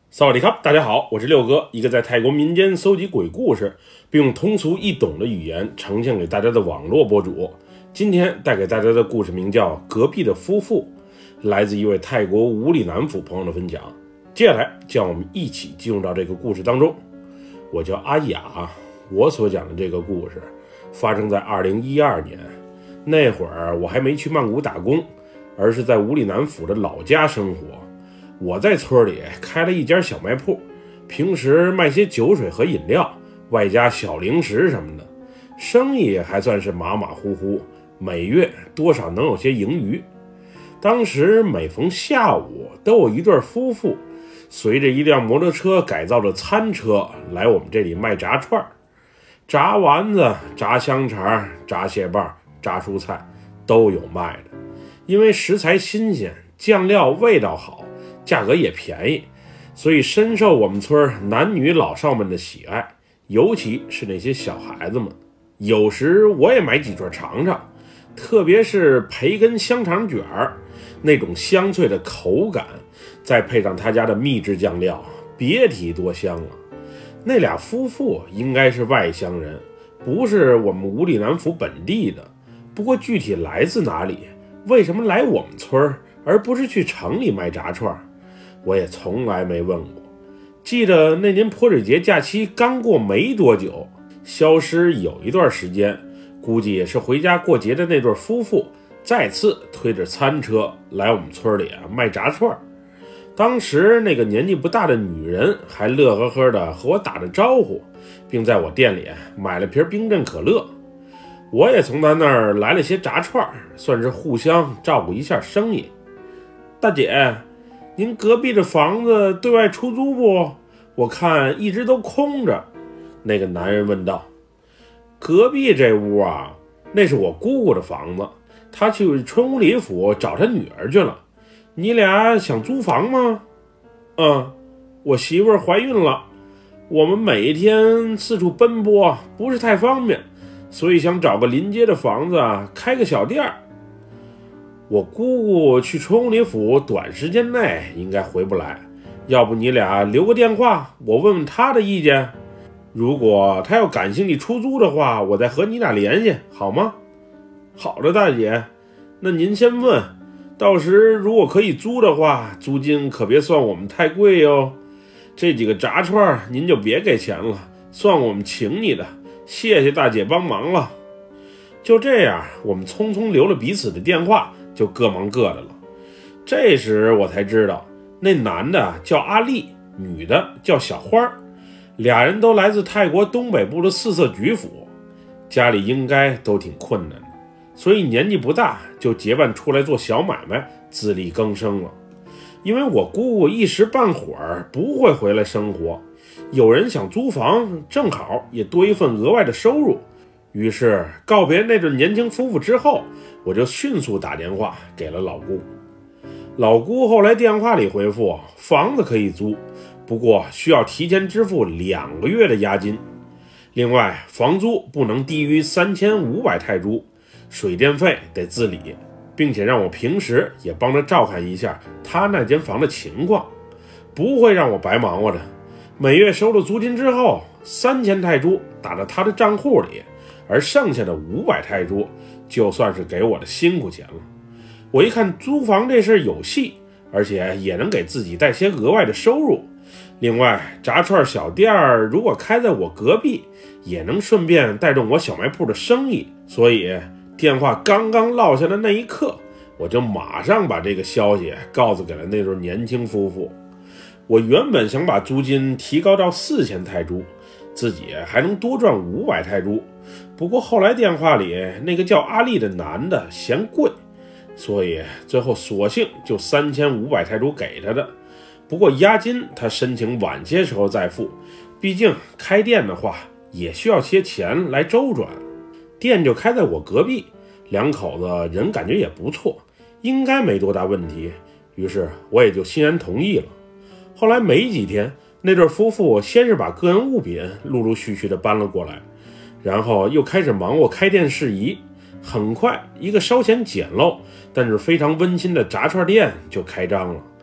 萨瓦迪卡，大家好，我是六哥，一个在泰国民间搜集鬼故事，并用通俗易懂的语言呈现给大家的网络博主。今天带给大家的故事名叫《隔壁的夫妇》，来自一位泰国武里南府朋友的分享。接下来，让我们一起进入到这个故事当中。我叫阿雅，我所讲的这个故事发生在2012年，那会儿我还没去曼谷打工，而是在武里南府的老家生活。我在村里开了一家小卖铺，平时卖些酒水和饮料，外加小零食什么的，生意还算是马马虎虎，每月多少能有些盈余。当时每逢下午都有一对夫妇随着一辆摩托车改造的餐车来我们这里卖炸串，炸丸子、炸香肠、炸蟹棒、炸蔬菜都有卖的。因为食材新鲜，酱料味道好，价格也便宜，所以深受我们村男女老少们的喜爱，尤其是那些小孩子们。有时我也买几串尝尝，特别是培根香肠卷儿，那种香脆的口感，再配上他家的秘制酱料，别提多香了。那俩夫妇应该是外乡人，不是我们武里南府本地的，不过具体来自哪里，为什么来我们村而不是去城里卖炸串，我也从来没问过。记得那年泼水节假期刚过没多久，消失有一段时间，估计也是回家过节的那对夫妇再次推着餐车来我们村里卖炸串。当时那个年纪不大的女人还乐呵呵的和我打着招呼，并在我店里买了瓶冰镇可乐。我也从她那儿来了些炸串，算是互相照顾一下生意。大姐，您隔壁的房子对外出租不？我看一直都空着。那个男人问道。隔壁这屋啊，那是我姑姑的房子，她去春武里府找她女儿去了。你俩想租房吗？我媳妇儿怀孕了，我们每一天四处奔波，不是太方便，所以想找个临街的房子开个小店。我姑姑去春武里府短时间内应该回不来，要不你俩留个电话，我问问她的意见。如果她要感兴趣出租的话，我再和你俩联系，好吗？好的，大姐，那您先问，到时如果可以租的话，租金可别算我们太贵哟。这几个炸串您就别给钱了，算我们请你的，谢谢大姐帮忙了。就这样，我们匆匆留了彼此的电话，就各忙各的了。这时我才知道，那男的叫阿力，女的叫小花，俩人都来自泰国东北部的四色菊府，家里应该都挺困难的，所以年纪不大就结伴出来做小买卖，自力更生了。因为我姑姑一时半会儿不会回来生活，有人想租房，正好也多一份额外的收入。于是告别那对年轻夫妇之后，我就迅速打电话给了老姑。老姑后来电话里回复，房子可以租，不过需要提前支付2个月的押金，另外房租不能低于3500泰铢，水电费得自理，并且让我平时也帮着照看一下他那间房的情况，不会让我白忙活的。每月收了租金之后，3000泰铢打到他的账户里，而剩下的500泰铢就算是给我的辛苦钱了。我一看租房这事有戏，而且也能给自己带些额外的收入。另外炸串小店如果开在我隔壁，也能顺便带动我小卖铺的生意。所以电话刚刚落下的那一刻，我就马上把这个消息告诉给了那对年轻夫妇。我原本想把租金提高到4000泰铢，自己还能多赚500泰铢，不过后来电话里那个叫阿力的男的嫌贵，所以最后索性就3500泰铢给他的。不过押金他申请晚些时候再付，毕竟开店的话也需要些钱来周转。店就开在我隔壁，两口子人感觉也不错，应该没多大问题，于是我也就欣然同意了。后来没几天，那对夫妇先是把个人物品陆陆续续的搬了过来，然后又开始忙活开店事宜。很快一个稍显简陋但是非常温馨的炸串店就开张了。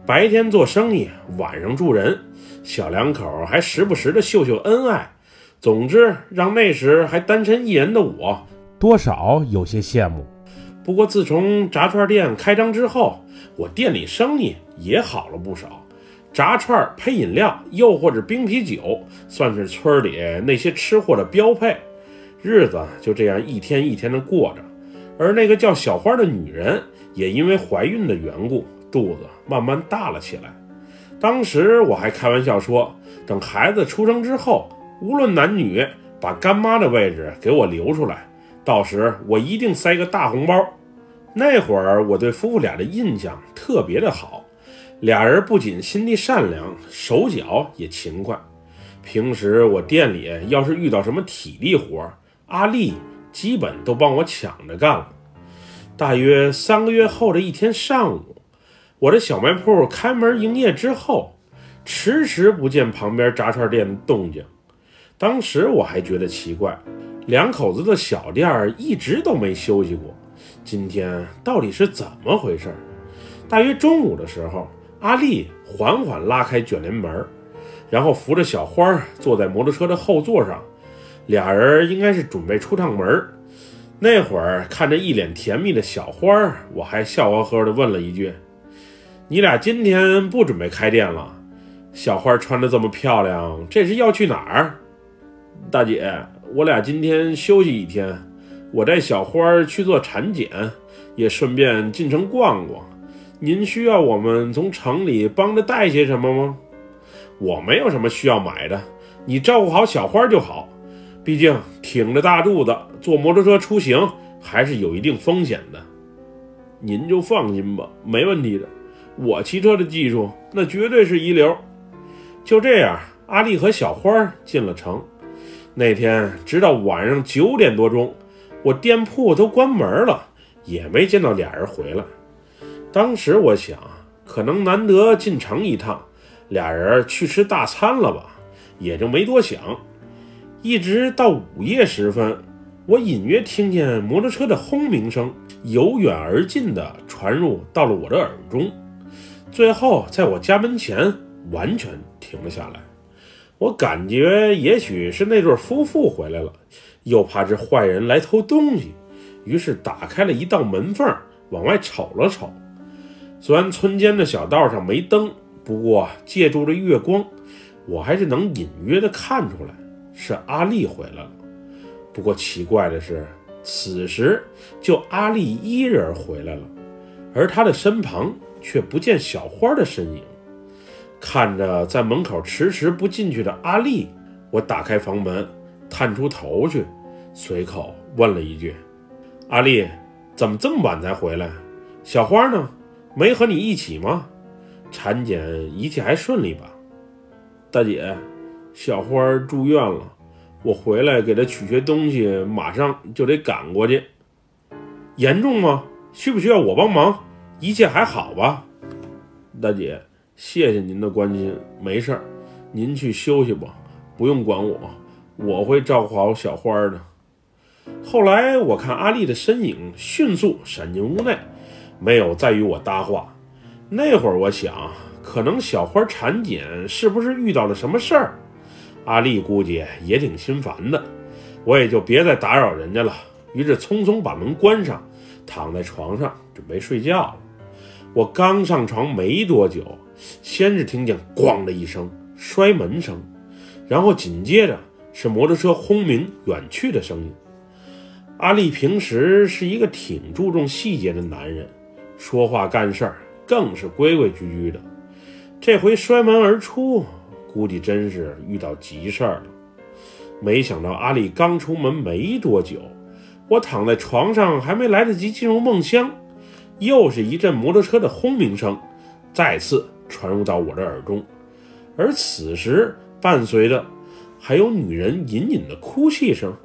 白天做生意，晚上住人，小两口还时不时的秀秀恩爱。总之，让那时还单身一人的我，多少有些羡慕。不过自从炸串店开张之后，我店里生意也好了不少。炸串配饮料，又或者冰啤酒，算是村里那些吃货的标配。日子就这样一天一天的过着。而那个叫小花的女人，也因为怀孕的缘故，肚子慢慢大了起来。当时我还开玩笑说，等孩子出生之后，无论男女，把干妈的位置给我留出来，到时我一定塞个大红包。那会儿我对夫妇俩的印象特别的好，俩人不仅心地善良，手脚也勤快。平时我店里要是遇到什么体力活，阿丽基本都帮我抢着干了。大约3个月后的一天上午，我的小卖铺开门营业之后，迟迟不见旁边炸串店的动静。当时我还觉得奇怪，两口子的小店一直都没休息过，今天到底是怎么回事？大约中午的时候，阿丽缓缓拉开卷帘门，然后扶着小花坐在摩托车的后座上，俩人应该是准备出趟门。那会儿看着一脸甜蜜的小花，我还笑呵呵地问了一句：你俩今天不准备开店了？小花穿得这么漂亮，这是要去哪儿？大姐，我俩今天休息一天，我带小花去做产检，也顺便进城逛逛。您需要我们从城里帮着带些什么吗？我没有什么需要买的，你照顾好小花就好。毕竟挺着大肚子坐摩托车出行还是有一定风险的。您就放心吧，没问题的，我骑车的技术那绝对是一流。就这样，阿丽和小花进了城。那天直到晚上9点多钟，我店铺都关门了，也没见到俩人回来。当时我想，可能难得进城一趟，俩人去吃大餐了吧，也就没多想。一直到午夜时分，我隐约听见摩托车的轰鸣声由远而近地传入到了我的耳中，最后在我家门前完全停了下来。我感觉也许是那对夫妇回来了，又怕这坏人来偷东西，于是打开了一道门缝，往外瞅了瞅。虽然村间的小道上没灯，不过借助着月光，我还是能隐约地看出来是阿丽回来了。不过奇怪的是，此时就阿丽一人回来了，而她的身旁却不见小花的身影。看着在门口迟迟不进去的阿丽，我打开房门，探出头去，随口问了一句：阿丽，怎么这么晚才回来？小花呢？没和你一起吗？产检一切还顺利吧？大姐，小花住院了，我回来给她取些东西，马上就得赶过去。严重吗？需不需要我帮忙？一切还好吧？大姐，谢谢您的关心，没事儿，您去休息吧，不用管我，我会照顾好小花的。后来我看阿丽的身影迅速闪进屋内，没有再与我搭话。那会儿我想，可能小花产检是不是遇到了什么事儿？阿丽估计也挺心烦的，我也就别再打扰人家了，于是匆匆把门关上，躺在床上准备睡觉了。我刚上床没多久，先是听见咣的一声摔门声，然后紧接着是摩托车轰鸣远去的声音。阿丽平时是一个挺注重细节的男人，说话干事儿更是规规矩矩的，这回摔门而出，估计真是遇到急事儿了。没想到阿丽刚出门没多久，我躺在床上还没来得及进入梦乡，又是一阵摩托车的轰鸣声再次传入到我的耳中，而此时伴随的还有女人隐隐的哭泣声。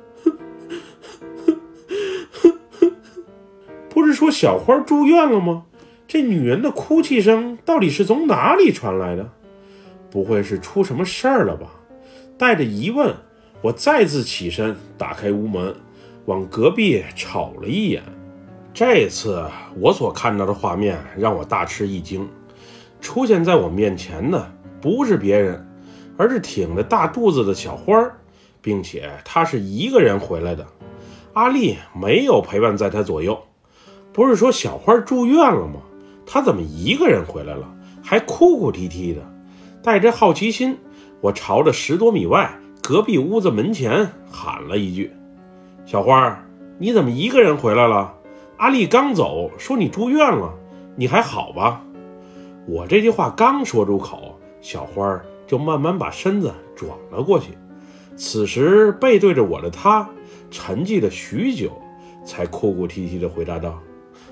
不是说小花住院了吗？这女人的哭泣声到底是从哪里传来的？不会是出什么事儿了吧？带着疑问，我再次起身，打开屋门，往隔壁瞅了一眼。这次我所看到的画面让我大吃一惊。 出现在我面前的不是别人，而是挺着大肚子的小花，并且他是一个人回来的。阿丽没有陪伴在他左右。不是说小花住院了吗？他怎么一个人回来了，还哭哭啼啼的？带着好奇心，我朝着10多米外隔壁屋子门前喊了一句：小花，你怎么一个人回来了？阿丽刚走说你住院了，你还好吧？我这句话刚说出口，小花就慢慢把身子转了过去。此时背对着我的她沉寂了许久，才哭哭啼啼地回答道：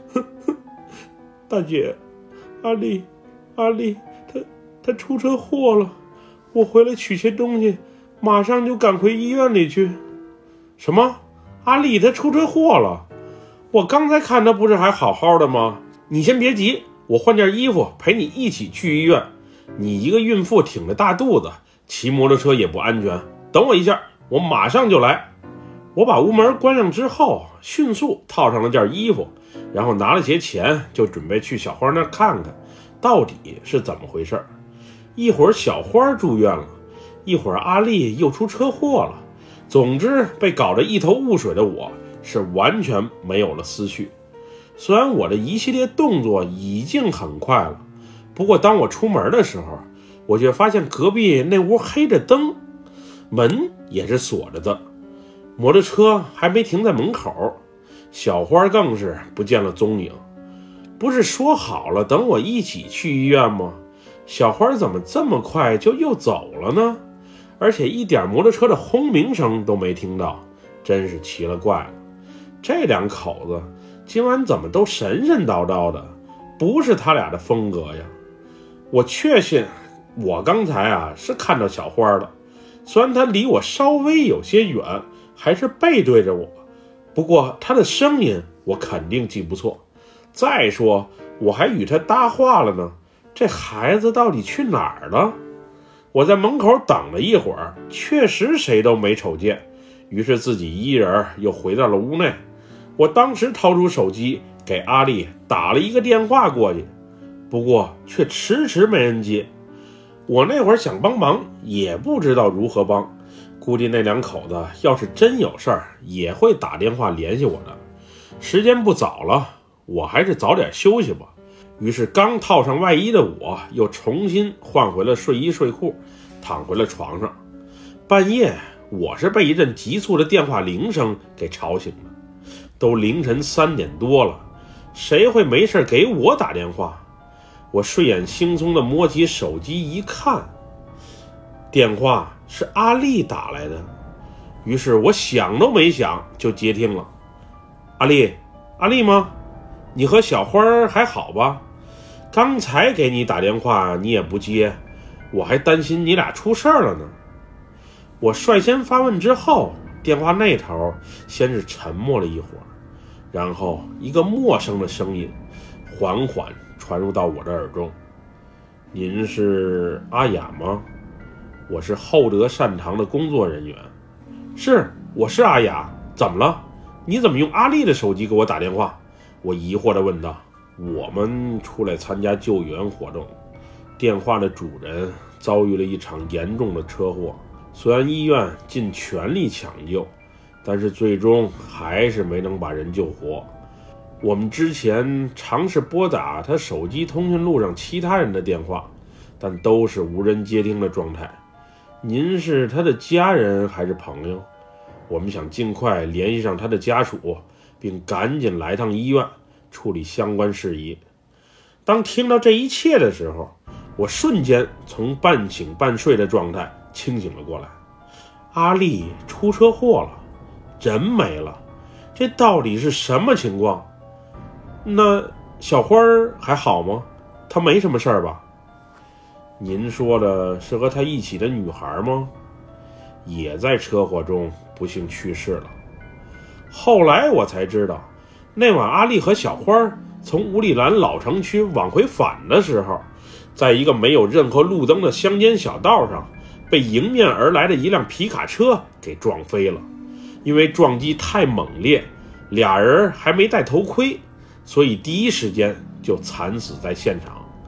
大姐，阿丽她出车祸了，我回来取些东西，马上就赶回医院里去。什么？阿丽她出车祸了？我刚才看她不是还好好的吗？你先别急，我换件衣服陪你一起去医院。你一个孕妇挺着大肚子，骑摩托车也不安全，等我一下，我马上就来。我把屋门关上之后，迅速套上了件衣服，然后拿了些钱，就准备去小花那儿看看到底是怎么回事。一会儿小花住院了，一会儿阿丽又出车祸了，总之被搞得一头雾水的我是完全没有了思绪。虽然我的一系列动作已经很快了，不过当我出门的时候，我却发现隔壁那屋黑着灯，门也是锁着的，摩托车还没停在门口，小花更是不见了踪影。不是说好了等我一起去医院吗？小花怎么这么快就又走了呢？而且一点摩托车的轰鸣声都没听到，真是奇了怪了。这两口子今晚怎么都神神叨叨的，不是他俩的风格呀。我确信我刚才是看到小花了，虽然他离我稍微有些远，还是背对着我，不过他的声音我肯定记不错。再说我还与他搭话了呢，这孩子到底去哪儿了？我在门口等了一会儿，确实谁都没瞅见，于是自己一人又回到了屋内。我当时掏出手机给阿丽打了一个电话过去，不过却迟迟没人接。我那会儿想帮忙，也不知道如何帮，估计那两口子要是真有事儿，也会打电话联系我的。时间不早了，我还是早点休息吧。于是刚套上外衣的我又重新换回了睡衣睡裤，躺回了床上。半夜我是被一阵急促的电话铃声给吵醒的，都凌晨3点多了，谁会没事给我打电话？我睡眼惺忪地摸起手机一看，电话是阿丽打来的，于是我想都没想就接听了。阿丽吗？你和小花还好吧？刚才给你打电话你也不接，我还担心你俩出事了呢。我率先发问之后，电话那头先是沉默了一会儿，然后一个陌生的声音缓缓传入到我的耳中。您是阿雅吗？我是厚德善堂的工作人员。是，我是阿雅，怎么了？你怎么用阿丽的手机给我打电话？我疑惑地问道。我们出来参加救援活动，电话的主人遭遇了一场严重的车祸，虽然医院尽全力抢救，但是最终还是没能把人救活。我们之前尝试拨打他手机通讯录上其他人的电话，但都是无人接听的状态。您是他的家人还是朋友？我们想尽快联系上他的家属，并赶紧来趟医院处理相关事宜。当听到这一切的时候，我瞬间从半醒半睡的状态清醒了过来。阿丽出车祸了，人没了，这到底是什么情况？那小花还好吗？她没什么事儿吧？您说的是和她一起的女孩吗？也在车祸中不幸去世了。后来我才知道，那晚阿丽和小花从五里兰老城区往回返的时候，在一个没有任何路灯的乡间小道上，被迎面而来的一辆皮卡车给撞飞了。因为撞击太猛烈，俩人还没戴头盔，所以第一时间就惨死在现场。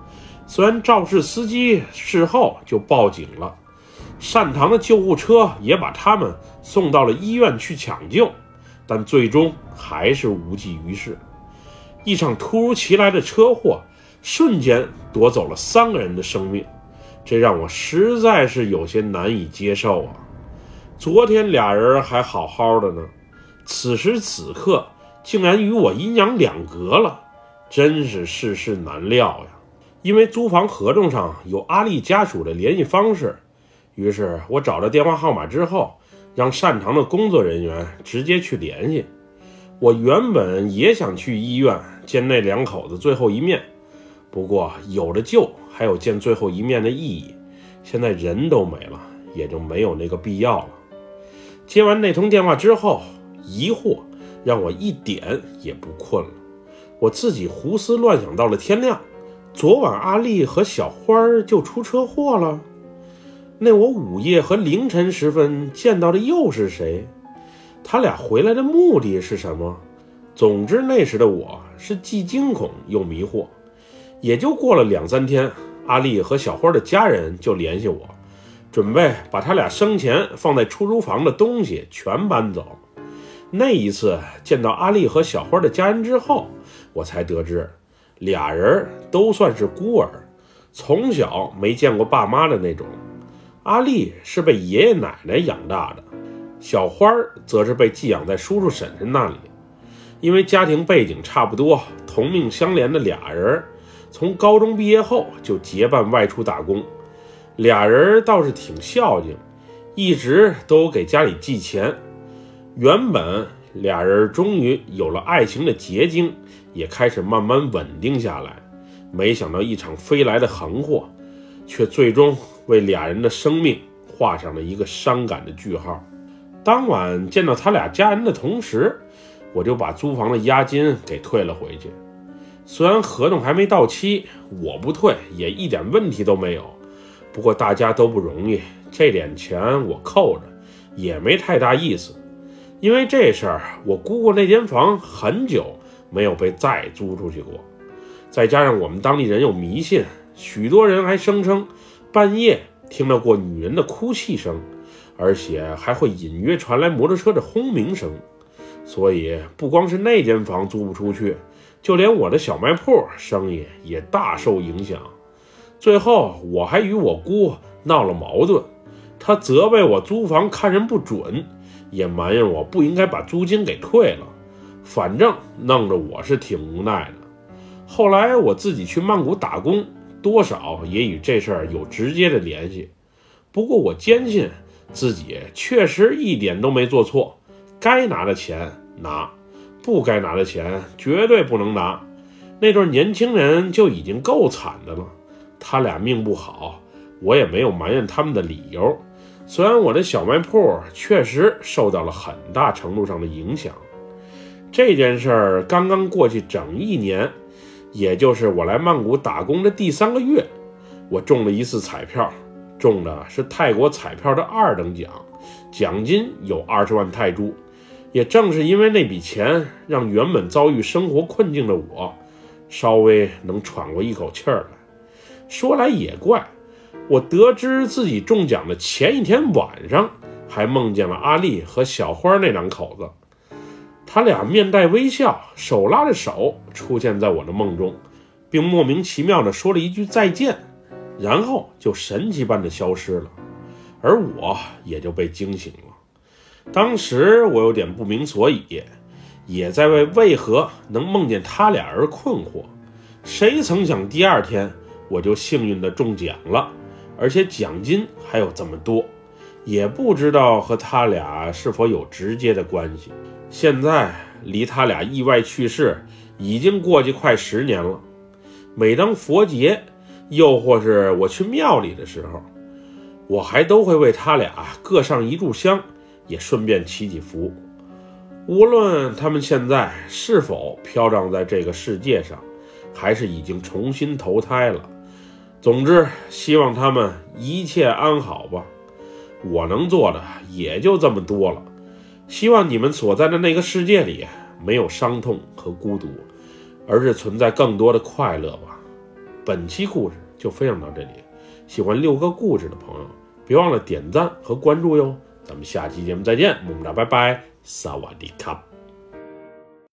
虽然肇事司机事后就报警了，善堂的救护车也把他们送到了医院去抢救，但最终还是无济于事。一场突如其来的车祸瞬间夺走了3个人的生命，这让我实在是有些难以接受啊！昨天俩人还好好的呢，此时此刻竟然与我阴阳两隔了，真是世事难料呀！因为租房合同上有阿丽家属的联系方式，于是我找到电话号码之后，让善堂的工作人员直接去联系。我原本也想去医院见那2口子最后一面，不过有了救还有见最后一面的意义，现在人都没了，也就没有那个必要了。接完那通电话之后，疑惑让我一点也不困了。我自己胡思乱想到了天亮，昨晚阿丽和小花就出车祸了，那我午夜和凌晨时分见到的又是谁？他俩回来的目的是什么？总之那时的我是既惊恐又迷惑。也就过了2-3天，阿丽和小花的家人就联系我，准备把他俩生前放在出租房的东西全搬走。那一次见到阿丽和小花的家人之后，我才得知俩人都算是孤儿，从小没见过爸妈的那种。阿丽是被爷爷奶奶养大的，小花则是被寄养在叔叔婶婶那里。因为家庭背景差不多，同命相连的俩人从高中毕业后就结伴外出打工。俩人倒是挺孝敬，一直都给家里寄钱。原本俩人终于有了爱情的结晶，也开始慢慢稳定下来，没想到一场飞来的横祸却最终为俩人的生命画上了一个伤感的句号。当晚见到他俩家人的同时，我就把租房的押金给退了回去。虽然合同还没到期，我不退也一点问题都没有，不过大家都不容易，这点钱我扣着也没太大意思。因为这事儿，我姑姑那间房很久没有被再租出去过，再加上我们当地人有迷信，许多人还声称半夜听到过女人的哭泣声，而且还会隐约传来摩托车的轰鸣声，所以不光是那间房租不出去，就连我的小卖铺生意也大受影响。最后我还与我姑闹了矛盾，她责备我租房看人不准，也埋怨我不应该把租金给退了，反正弄得我是挺无奈的。后来我自己去曼谷打工，多少也与这事儿有直接的联系。不过我坚信自己确实一点都没做错，该拿的钱拿，不该拿的钱绝对不能拿。那对年轻人就已经够惨的了，他俩命不好，我也没有埋怨他们的理由。虽然我的小卖铺确实受到了很大程度上的影响。这件事儿刚刚过去整1年，也就是我来曼谷打工的第3个月，我中了一次彩票，中的是泰国彩票的2等奖，奖金有20万泰铢。也正是因为那笔钱，让原本遭遇生活困境的我稍微能喘过一口气儿来。说来也怪，我得知自己中奖的前一天晚上，还梦见了阿丽和小花那2口子。他俩面带微笑，手拉着手出现在我的梦中，并莫名其妙地说了一句再见，然后就神奇般的消失了，而我也就被惊醒了。当时我有点不明所以，也在为何能梦见他俩而困惑。谁曾想第2天我就幸运地中奖了，而且奖金还有这么多，也不知道和他俩是否有直接的关系。现在离他俩意外去世已经过去快10年了，每当佛节又或是我去庙里的时候，我还都会为他俩各上一炷香，也顺便祈祈福。无论他们现在是否飘荡在这个世界上，还是已经重新投胎了，总之希望他们一切安好吧。我能做的也就这么多了，希望你们所在的那个世界里没有伤痛和孤独，而是存在更多的快乐吧。本期故事就分享到这里。喜欢六哥故事的朋友，别忘了点赞和关注哟。咱们下期节目再见，么么哒，拜拜，萨瓦迪卡。